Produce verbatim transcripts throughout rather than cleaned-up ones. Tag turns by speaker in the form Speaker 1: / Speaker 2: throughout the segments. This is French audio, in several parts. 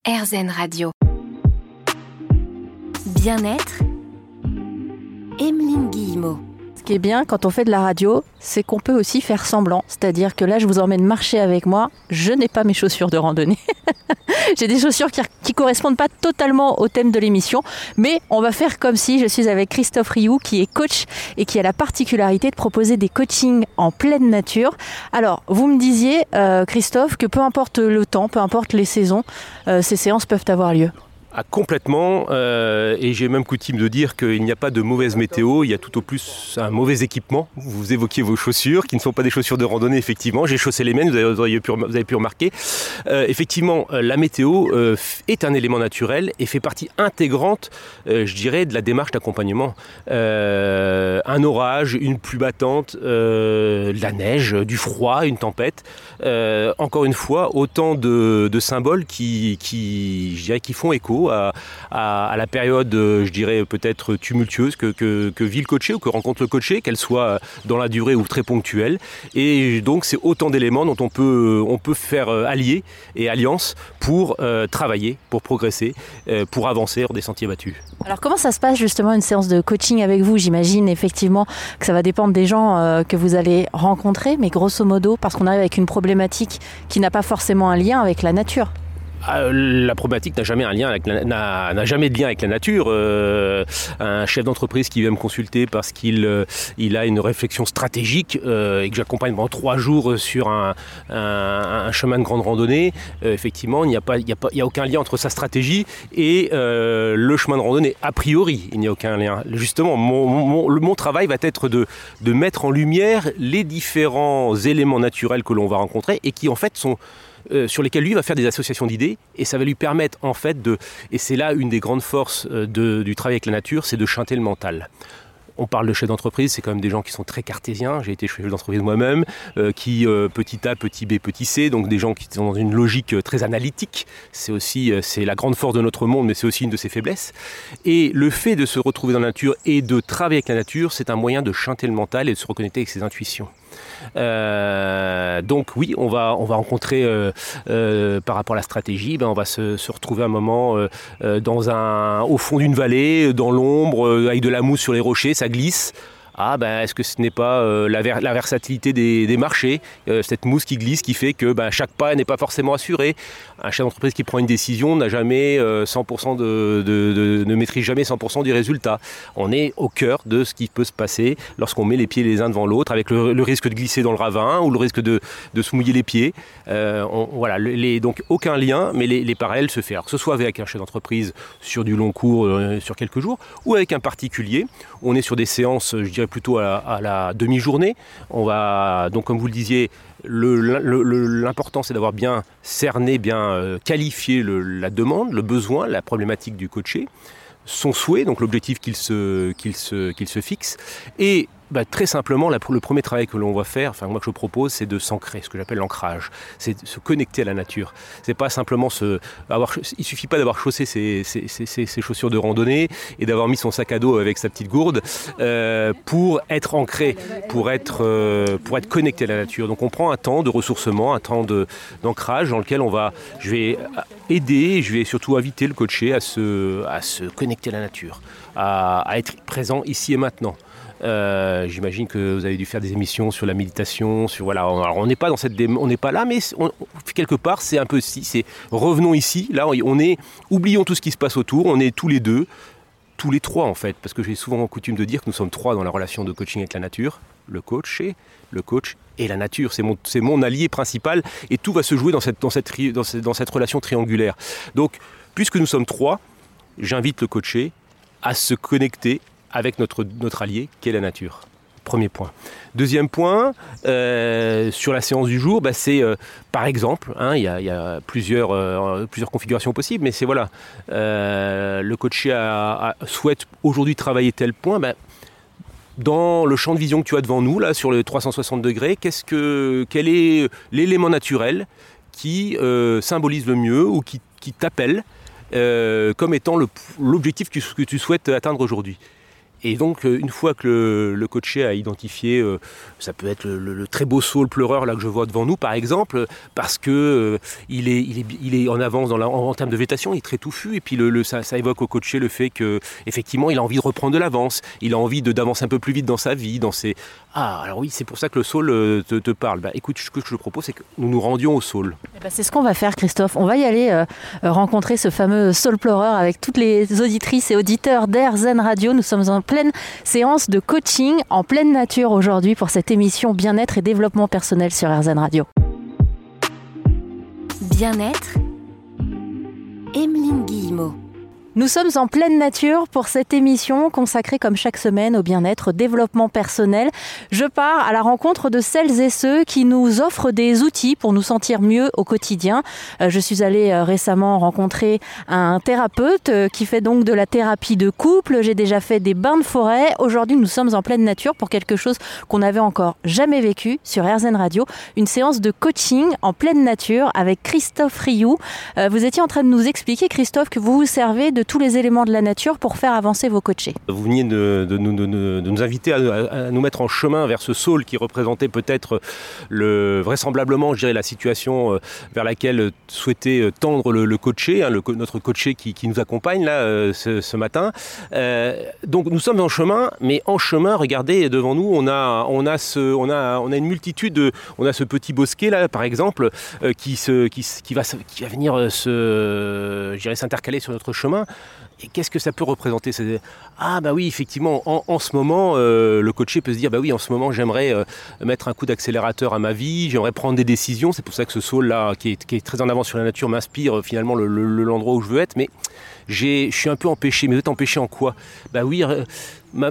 Speaker 1: AirZen Radio. Bien-être, Emeline Guillemot.
Speaker 2: Ce qui est bien quand on fait de la radio, c'est qu'on peut aussi faire semblant. C'est-à-dire que là, je vous emmène marcher avec moi. Je n'ai pas mes chaussures de randonnée. J'ai des chaussures qui ne correspondent pas totalement au thème de l'émission. Mais on va faire comme si je suis avec Christophe Rioux, qui est coach et qui a la particularité de proposer des coachings en pleine nature. Alors, vous me disiez, euh, Christophe, que peu importe le temps, peu importe les saisons, euh, ces séances peuvent avoir lieu.
Speaker 3: Ah, complètement, euh, et j'ai même coutume de dire qu'il n'y a pas de mauvaise météo, il y a tout au plus un mauvais équipement. Vous évoquiez vos chaussures, qui ne sont pas des chaussures de randonnée, effectivement. J'ai chaussé les miennes, vous avez pu, vous avez pu remarquer. Euh, effectivement, la météo euh, est un élément naturel et fait partie intégrante, euh, je dirais, de la démarche d'accompagnement. Euh, un orage, une pluie battante, euh, de la neige, du froid, une tempête. Euh, encore une fois, autant de, de symboles qui, qui, je dirais, qui font écho À, à, à la période, je dirais, peut-être tumultueuse que, que, que vit le coaché ou que rencontre le coaché, qu'elle soit dans la durée ou très ponctuelle. Et donc, c'est autant d'éléments dont on peut, on peut faire allier et alliance pour euh, travailler, pour progresser, euh, pour avancer hors des sentiers battus.
Speaker 2: Alors, comment ça se passe justement une séance de coaching avec vous ? J'imagine effectivement que ça va dépendre des gens euh, que vous allez rencontrer, mais grosso modo, parce qu'on arrive avec une problématique qui n'a pas forcément un lien avec la nature.
Speaker 3: La problématique n'a jamais un lien avec la, n'a, n'a jamais de lien avec la nature. Euh, un chef d'entreprise qui vient me consulter parce qu'il euh, il a une réflexion stratégique euh, et que j'accompagne pendant trois jours sur un, un, un chemin de grande randonnée, euh, effectivement, il n'y a pas, il n'y a pas, il n'y a aucun lien entre sa stratégie et euh, le chemin de randonnée. A priori, il n'y a aucun lien. Justement, mon, mon, mon travail va être de, de mettre en lumière les différents éléments naturels que l'on va rencontrer et qui en fait sont Euh, sur lesquels lui va faire des associations d'idées et ça va lui permettre en fait de, et c'est là une des grandes forces de, du travail avec la nature, c'est de chanter le mental. On parle de chefs d'entreprise, c'est quand même des gens qui sont très cartésiens. J'ai été chef d'entreprise moi-même, euh, qui euh, petit A, petit B, petit C, donc des gens qui sont dans une logique euh, très analytique. C'est aussi, euh, c'est la grande force de notre monde, mais c'est aussi une de ses faiblesses. Et le fait de se retrouver dans la nature et de travailler avec la nature, c'est un moyen de chanter le mental et de se reconnecter avec ses intuitions. Euh, donc oui, on va, on va rencontrer euh, euh, par rapport à la stratégie, ben on va se, se retrouver un moment euh, euh, dans un, au fond d'une vallée, dans l'ombre, euh, avec de la mousse sur les rochers, ça glisse. Ah ben est-ce que ce n'est pas euh, la, ver- la versatilité des, des marchés, euh, cette mousse qui glisse qui fait que ben, chaque pas n'est pas forcément assuré. Un chef d'entreprise qui prend une décision n'a jamais euh, cent pour cent de, de, de, ne maîtrise jamais cent pour cent du résultat. On est au cœur de ce qui peut se passer lorsqu'on met les pieds les uns devant l'autre, avec le, le risque de glisser dans le ravin ou le risque de, de se mouiller les pieds. Euh, on, voilà, les, donc aucun lien, mais les, les parallèles se font. Alors, que ce soit avec un chef d'entreprise sur du long cours, euh, sur quelques jours, ou avec un particulier. On est sur des séances, je dirais, plutôt à la, à la demi-journée. On va, donc comme vous le disiez, le, le, le, l'important c'est d'avoir bien cerné, bien euh, qualifié le, la demande, le besoin, la problématique du coaché, son souhait, donc l'objectif qu'il se, qu'il se, qu'il se fixe. Et bah, très simplement, la, le premier travail que l'on va faire, enfin moi que je propose, c'est de s'ancrer, ce que j'appelle l'ancrage. C'est de se connecter à la nature. C'est pas simplement se, avoir, il suffit pas d'avoir chaussé ses, ses, ses, ses chaussures de randonnée et d'avoir mis son sac à dos avec sa petite gourde euh, pour être ancré, pour être, euh, pour être connecté à la nature. Donc on prend un temps de ressourcement, un temps de, d'ancrage dans lequel on va, je vais aider, je vais surtout inviter le coaché à se, à se connecter à la nature, à, à être présent ici et maintenant. Euh, j'imagine que vous avez dû faire des émissions sur la méditation, sur voilà. Alors on n'est pas dans cette, dé- on n'est pas là, mais on, quelque part c'est un peu si, c'est revenons ici. Là on est, oublions tout ce qui se passe autour. On est tous les deux, tous les trois en fait, parce que j'ai souvent coutume de dire que nous sommes trois dans la relation de coaching avec la nature, le coach et le coach et la nature. C'est mon, c'est mon allié principal et tout va se jouer dans cette, dans cette, tri, dans cette, dans cette relation triangulaire. Donc puisque nous sommes trois, j'invite le coaché à se connecter avec notre, notre allié, qui est la nature. Premier point. Deuxième point, euh, sur la séance du jour, bah c'est euh, par exemple, il hein, y, y a plusieurs, euh, plusieurs configurations possibles, mais c'est voilà, euh, le coaché a, a, souhaite aujourd'hui travailler tel point, bah, dans le champ de vision que tu as devant nous, là, sur le trois cent soixante degrés, qu'est-ce que, quel est l'élément naturel qui euh, symbolise le mieux ou qui, qui t'appelle euh, comme étant le, l'objectif que, que tu souhaites atteindre aujourd'hui ? Et donc, une fois que le, le coaché a identifié, euh, ça peut être le, le, le très beau saule pleureur là que je vois devant nous, par exemple, parce que euh, il, est, il, est, il est en avance dans la, en, en termes de végétation, il est très touffu, et puis le, le, ça, ça évoque au coaché le fait que, effectivement, il a envie de reprendre de l'avance, il a envie de, d'avancer un peu plus vite dans sa vie, dans ses... Ah, alors oui, c'est pour ça que le saule euh, te, te parle. Bah, écoute, ce que je te propose, c'est que nous nous rendions au saule.
Speaker 2: Eh ben, c'est ce qu'on va faire, Christophe. On va y aller euh, rencontrer ce fameux saule pleureur avec toutes les auditrices et auditeurs d'AirZen Radio. Nous sommes en pleine séance de coaching en pleine nature aujourd'hui pour cette émission Bien-être et développement personnel sur AirZen Radio.
Speaker 1: Bien-être, Emeline Guillemot.
Speaker 2: Nous sommes en pleine nature pour cette émission consacrée comme chaque semaine au bien-être, au développement personnel. Je pars à la rencontre de celles et ceux qui nous offrent des outils pour nous sentir mieux au quotidien. Je suis allée récemment rencontrer un thérapeute qui fait donc de la thérapie de couple. J'ai déjà fait des bains de forêt. Aujourd'hui, nous sommes en pleine nature pour quelque chose qu'on n'avait encore jamais vécu sur AirZen Radio. Une séance de coaching en pleine nature avec Christophe Rioux. Vous étiez en train de nous expliquer, Christophe, que vous vous servez de tous les éléments de la nature pour faire avancer vos coachés.
Speaker 3: Vous veniez de, de, de, de, de nous inviter à, à nous mettre en chemin vers ce saule qui représentait peut-être le, vraisemblablement, je dirais, la situation vers laquelle souhaitait tendre le, le coaché, hein, le, notre coaché qui, qui nous accompagne là ce, ce matin. Euh, donc nous sommes en chemin, mais en chemin, regardez devant nous, on a, on a, ce, on a, on a une multitude, de, on a ce petit bosquet là, par exemple, euh, qui, se, qui, qui, va, qui va venir se, je dirais, s'intercaler sur notre chemin. Et qu'est-ce que ça peut représenter ? C'est... Ah bah oui, effectivement, en, en ce moment, euh, le coaché peut se dire, bah oui, en ce moment, j'aimerais euh, mettre un coup d'accélérateur à ma vie, j'aimerais prendre des décisions. C'est pour ça que ce saule-là, qui est, qui est très en avance sur la nature, m'inspire euh, finalement le, le, l'endroit où je veux être. Mais j'ai, je suis un peu empêché. Mais vous êtes empêché en quoi ? Bah oui, euh, ma,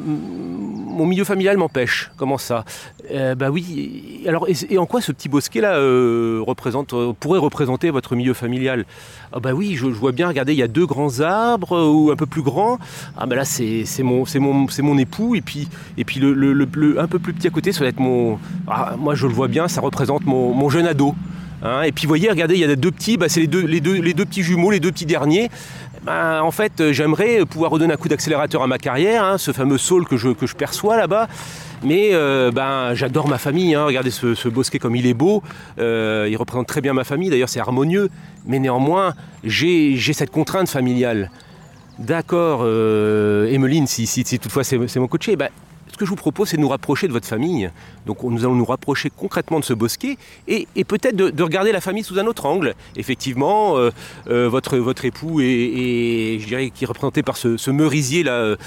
Speaker 3: mon milieu familial m'empêche. Comment ça ? euh, Bah oui. Alors, et, et en quoi ce petit bosquet-là euh, représente, euh, pourrait représenter votre milieu familial ? Ah bah oui, je, je vois bien, regardez, il y a deux grands arbres, euh, ou un peu plus grands. Ah bah là, c'est, c'est, mon, c'est, mon, c'est mon époux, et puis, et puis le, le, le, le un peu plus petit à côté, ça va être mon... Ah, moi, je le vois bien, ça représente mon, mon jeune ado. Hein, et puis, vous voyez, regardez, il y a deux petits, bah, c'est les deux, les, deux, les deux petits jumeaux, les deux petits derniers. Bah, en fait, j'aimerais pouvoir redonner un coup d'accélérateur à ma carrière, hein, ce fameux saule que je, que je perçois là-bas. Mais euh, ben, j'adore ma famille, hein. Regardez ce, ce bosquet comme il est beau, euh, il représente très bien ma famille, d'ailleurs c'est harmonieux, mais néanmoins j'ai, j'ai cette contrainte familiale. D'accord, euh, Emeline, si, si, si toutefois c'est, c'est mon coaché, ben, ce que je vous propose, c'est de nous rapprocher de votre famille. Donc nous allons nous rapprocher concrètement de ce bosquet et, et peut-être de, de regarder la famille sous un autre angle. Effectivement, euh, euh, votre, votre époux est, est, je dirais, qui est représenté par ce, ce merisier là,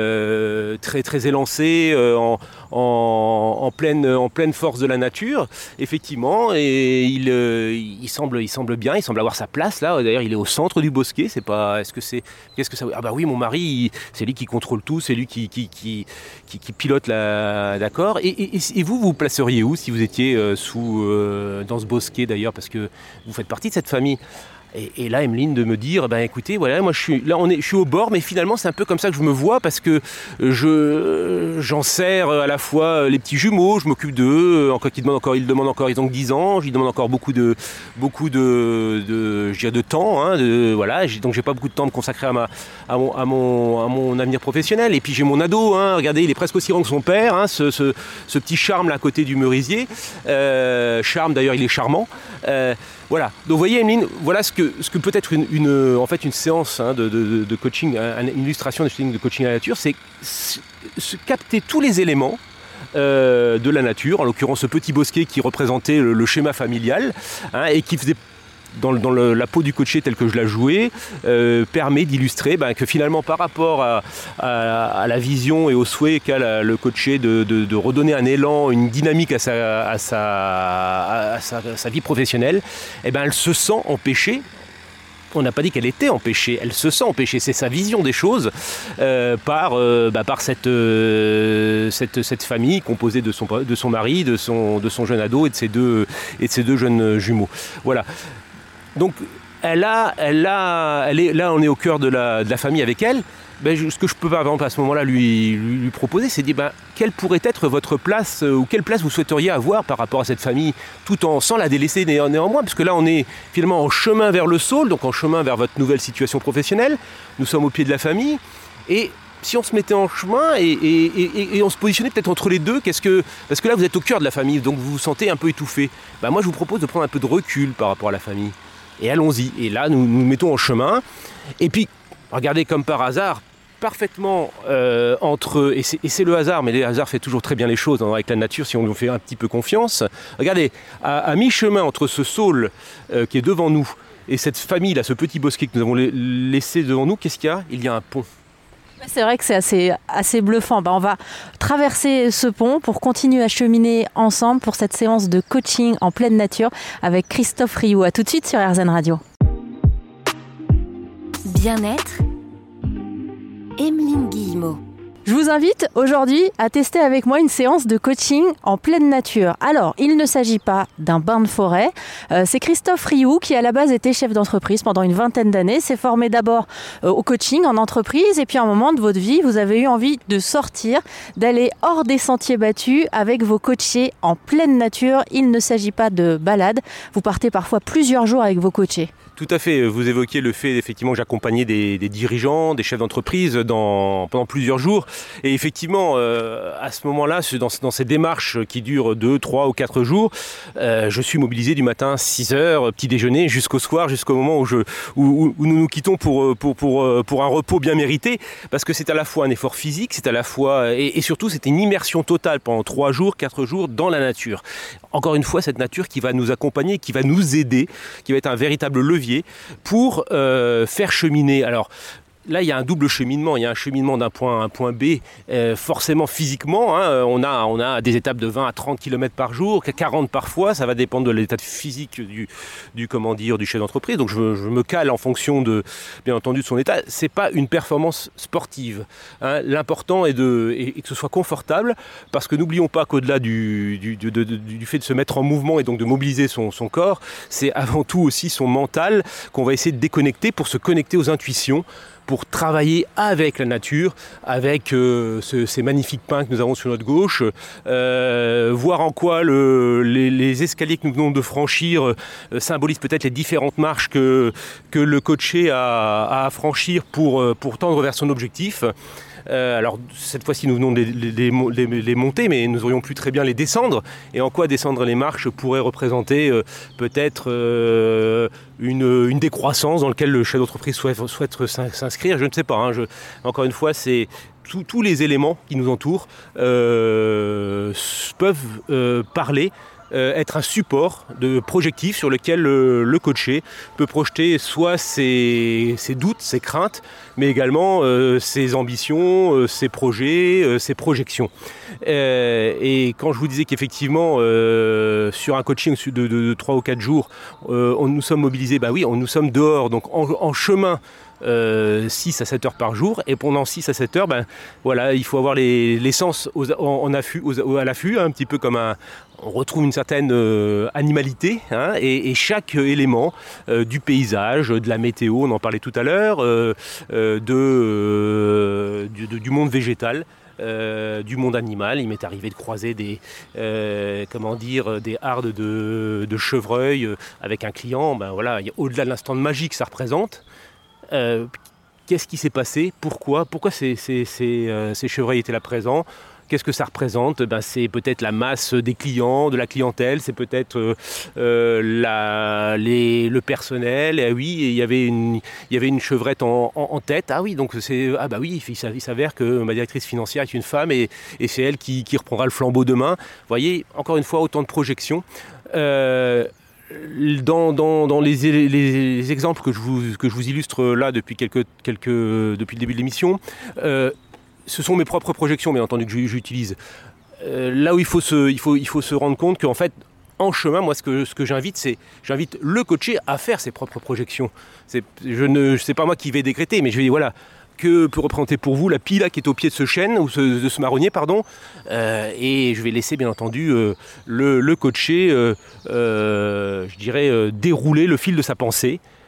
Speaker 3: euh, très, très élancé, euh, en, en, en, pleine, en pleine force de la nature. Effectivement, et il, euh, il, semble, il semble bien, il semble avoir sa place là. D'ailleurs, il est au centre du bosquet. C'est pas, est-ce que c'est, qu'est-ce que ça? Ah bah oui, mon mari, il, c'est lui qui contrôle tout, c'est lui qui, qui, qui, qui, qui pilote la, d'accord. Et, et, et vous, vous placeriez où si vous étiez euh, sous, euh, dans ce bosquet d'ailleurs, parce que vous faites partie de cette famille. Et, et là, Emeline, de me dire, ben écoutez, voilà, moi je suis là, on est, je suis au bord, mais finalement c'est un peu comme ça que je me vois parce que je, j'en sers à la fois les petits jumeaux, je m'occupe d'eux. Encore qu'ils demandent encore, ils demandent encore, ils ont que dix ans, je demande encore beaucoup de, beaucoup de, de, je dirais de temps, hein, de, voilà. Donc j'ai pas beaucoup de temps de consacrer à ma, à mon, à mon, à mon avenir professionnel. Et puis j'ai mon ado, hein, regardez, il est presque aussi grand que son père, hein, ce, ce, ce petit charme là à côté du merisier. Euh, charme d'ailleurs, il est charmant. Euh, Voilà, donc vous voyez Emeline, voilà ce que, ce que peut être une, une, en fait une séance hein, de, de, de coaching, une illustration de coaching à la nature, c'est se capter tous les éléments euh, de la nature, en l'occurrence ce petit bosquet qui représentait le, le schéma familial hein, et qui faisait dans, le, dans le, la peau du coaché telle que je la jouais, euh, permet d'illustrer ben, que finalement par rapport à, à, à la vision et au souhait qu'a la, le coaché de, de, de redonner un élan, une dynamique à sa, à sa, à sa, à sa vie professionnelle, eh ben, elle se sent empêchée. On n'a pas dit qu'elle était empêchée, elle se sent empêchée, c'est sa vision des choses euh, par, euh, bah, par cette, euh, cette, cette famille composée de son, de son mari, de son, de son jeune ado et de ses deux, et de ses deux jeunes jumeaux. Voilà. Donc elle a, elle a, elle est, là on est au cœur de la, de la famille avec elle. Ben, je, ce que je peux par exemple à ce moment-là lui, lui, lui proposer, c'est de dire ben, quelle pourrait être votre place euh, ou quelle place vous souhaiteriez avoir par rapport à cette famille, tout en sans la délaisser néan- néanmoins, parce que là on est finalement en chemin vers le saule, donc en chemin vers votre nouvelle situation professionnelle. Nous sommes au pied de la famille et si on se mettait en chemin et, et, et, et on se positionnait peut-être entre les deux, qu'est-ce que, parce que là vous êtes au cœur de la famille, donc vous vous sentez un peu étouffé. Bah, moi je vous propose de prendre un peu de recul par rapport à la famille. Et allons-y. Et là nous nous mettons en chemin. Et puis, regardez comme par hasard, parfaitement euh, entre, et c'est, et c'est le hasard, mais le hasard fait toujours très bien les choses hein, avec la nature si on nous fait un petit peu confiance. Regardez, à, à mi-chemin entre ce saule euh, qui est devant nous et cette famille là, ce petit bosquet que nous avons laissé devant nous, qu'est-ce qu'il y a ? Il y a un pont.
Speaker 2: C'est vrai que c'est assez, assez bluffant. Ben, on va traverser ce pont pour continuer à cheminer ensemble pour cette séance de coaching en pleine nature avec Christophe Rioux. A tout de suite sur R Z N Radio.
Speaker 1: Bien-être, Emeline Guillemot.
Speaker 2: Je vous invite aujourd'hui à tester avec moi une séance de coaching en pleine nature. Alors, il ne s'agit pas d'un bain de forêt. Euh, c'est Christophe Rioux qui, à la base, était chef d'entreprise pendant une vingtaine d'années. S'est formé d'abord euh, au coaching en entreprise. Et puis, à un moment de votre vie, vous avez eu envie de sortir, d'aller hors des sentiers battus avec vos coachés en pleine nature. Il ne s'agit pas de balade. Vous partez parfois plusieurs jours avec vos coachés.
Speaker 3: Tout à fait. Vous évoquiez le fait effectivement que j'accompagnais des, des dirigeants, des chefs d'entreprise dans, pendant plusieurs jours. Et effectivement, euh, à ce moment-là, dans, dans ces démarches qui durent deux, trois ou quatre jours, euh, je suis mobilisé du matin à six heures, petit déjeuner, jusqu'au soir, jusqu'au moment où, je, où, où nous nous quittons pour, pour, pour, pour un repos bien mérité. Parce que c'est à la fois un effort physique, c'est à la fois, et, et surtout, c'est une immersion totale pendant trois jours, quatre jours dans la nature. Encore une fois, cette nature qui va nous accompagner, qui va nous aider, qui va être un véritable levier pour euh, faire cheminer. Alors, là, il y a un double cheminement. Il y a un cheminement d'un point A à un point B, euh, forcément physiquement. Hein, on, a, on a des étapes de vingt à trente kilomètres par jour, quarante parfois. Ça va dépendre de l'état physique du, du, comment dire, du chef d'entreprise. Donc, je, je me cale en fonction, de, bien entendu, de son état. Ce n'est pas une performance sportive. Hein. L'important est, de, est, est que ce soit confortable, parce que n'oublions pas qu'au-delà du, du, de, de, du fait de se mettre en mouvement et donc de mobiliser son, son corps, c'est avant tout aussi son mental qu'on va essayer de déconnecter pour se connecter aux intuitions, pour travailler avec la nature, avec euh, ce, ces magnifiques pins que nous avons sur notre gauche, euh, voir en quoi le, les, les escaliers que nous venons de franchir euh, symbolisent peut-être les différentes marches que, que le coaché a, a à franchir pour, pour tendre vers son objectif. Euh, alors cette fois-ci nous venons de les, les, les, les monter, mais nous aurions pu très bien les descendre. Et en quoi descendre les marches pourrait représenter euh, peut-être euh, une, une décroissance dans laquelle le chef d'entreprise souhaite, souhaite s'inscrire, je ne sais pas. Hein, je, encore une fois, c'est tout, tous les éléments qui nous entourent euh, peuvent euh, parler. Euh, être un support de projectif sur lequel le, le coaché peut projeter soit ses, ses doutes, ses craintes, mais également euh, ses ambitions, euh, ses projets, euh, ses projections. Euh, et quand je vous disais qu'effectivement, euh, sur un coaching de, de, de trois ou quatre jours, euh, on, nous sommes mobilisés, bah oui, on, nous sommes dehors, donc en, en chemin, Euh, six à sept heures par jour, et pendant six à sept heures, ben, voilà, il faut avoir les, les sens aux, en, en affût, aux, à l'affût, hein, un petit peu comme un, on retrouve une certaine euh, animalité, hein, et, et chaque élément euh, du paysage, de la météo, on en parlait tout à l'heure, euh, euh, de, euh, du, de, du monde végétal, Euh, du monde animal. Il m'est arrivé de croiser des, euh, comment dire, des hardes de, de chevreuils euh, avec un client. Ben voilà, au-delà de l'instant de magie que ça représente, euh, qu'est-ce qui s'est passé ? Pourquoi Pourquoi ces, ces, ces, euh, ces chevreuils étaient là présents ? Qu'est-ce que ça représente ? Ben, c'est peut-être la masse des clients, de la clientèle, c'est peut-être euh, euh, la, les, le personnel. Et oui, il y avait une, il y avait une chevrette en, en, en tête. Ah oui, donc c'est, ah bah oui, il s'avère que ma directrice financière est une femme et, et c'est elle qui, qui reprendra le flambeau demain. Vous voyez, encore une fois, autant de projections. Euh, Dans, dans, dans les, les, les exemples que je vous, que je vous illustre là depuis, quelques, quelques, depuis le début de l'émission, euh, ce sont mes propres projections, bien entendu, que j'utilise. Euh, là où il faut, se, il, faut, il faut se rendre compte qu'en fait, en chemin, moi, ce que, ce que j'invite, c'est j'invite le coaché à faire ses propres projections. C'est, je ne, c'est pas moi qui vais décréter, mais je vais dire, voilà, que peut représenter pour vous la pila qui est au pied de ce chêne, ou ce, de ce marronnier, pardon, euh, et je vais laisser, bien entendu, euh, le, le coaché, euh, euh, je dirais, euh, dérouler le fil de sa pensée,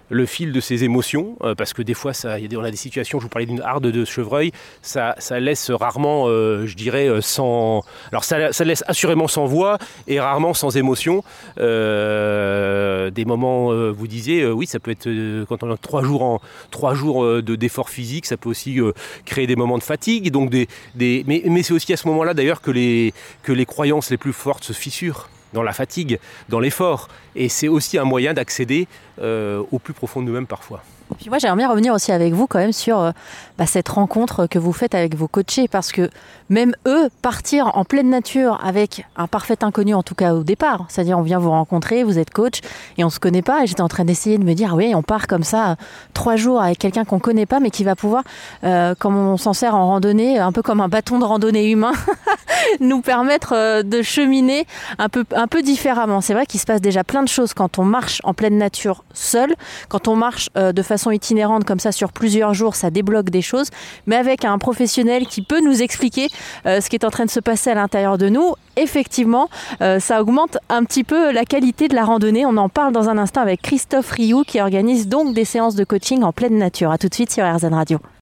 Speaker 3: le fil de ses émotions, euh, parce que des fois, ça, y a des, on a des situations, je vous parlais d'une harde de chevreuil, ça, ça laisse rarement, euh, je dirais, sans... Alors ça, ça laisse assurément sans voix et rarement sans émotion. Euh, des moments, euh, vous disiez, euh, oui, ça peut être, euh, quand on a trois jours, en, trois jours euh, de, d'effort physique, ça peut aussi euh, créer des moments de fatigue. Donc des, des, mais, mais c'est aussi à ce moment-là, d'ailleurs, que les, que les croyances les plus fortes se fissurent. Dans la fatigue, dans l'effort. Et c'est aussi un moyen d'accéder euh, au plus profond de nous-mêmes parfois.
Speaker 2: Et puis moi, j'aimerais bien revenir aussi avec vous quand même sur euh, bah, cette rencontre que vous faites avec vos coachés, parce que même eux, partir en pleine nature avec un parfait inconnu, en tout cas au départ, c'est-à-dire on vient vous rencontrer, vous êtes coach et on ne se connaît pas, et j'étais en train d'essayer de me dire, oui, on part comme ça, trois jours avec quelqu'un qu'on ne connaît pas, mais qui va pouvoir, euh, comme on s'en sert en randonnée, un peu comme un bâton de randonnée humain, nous permettre euh, de cheminer un peu, un peu différemment. C'est vrai qu'il se passe déjà plein de choses quand on marche en pleine nature seul, quand on marche euh, de façon itinérante comme ça sur plusieurs jours, ça débloque des choses, mais avec un professionnel qui peut nous expliquer euh, ce qui est en train de se passer à l'intérieur de nous, effectivement, euh, ça augmente un petit peu la qualité de la randonnée. On en parle dans un instant avec Christophe Rioux qui organise donc des séances de coaching en pleine nature. À tout de suite sur R Z N Radio.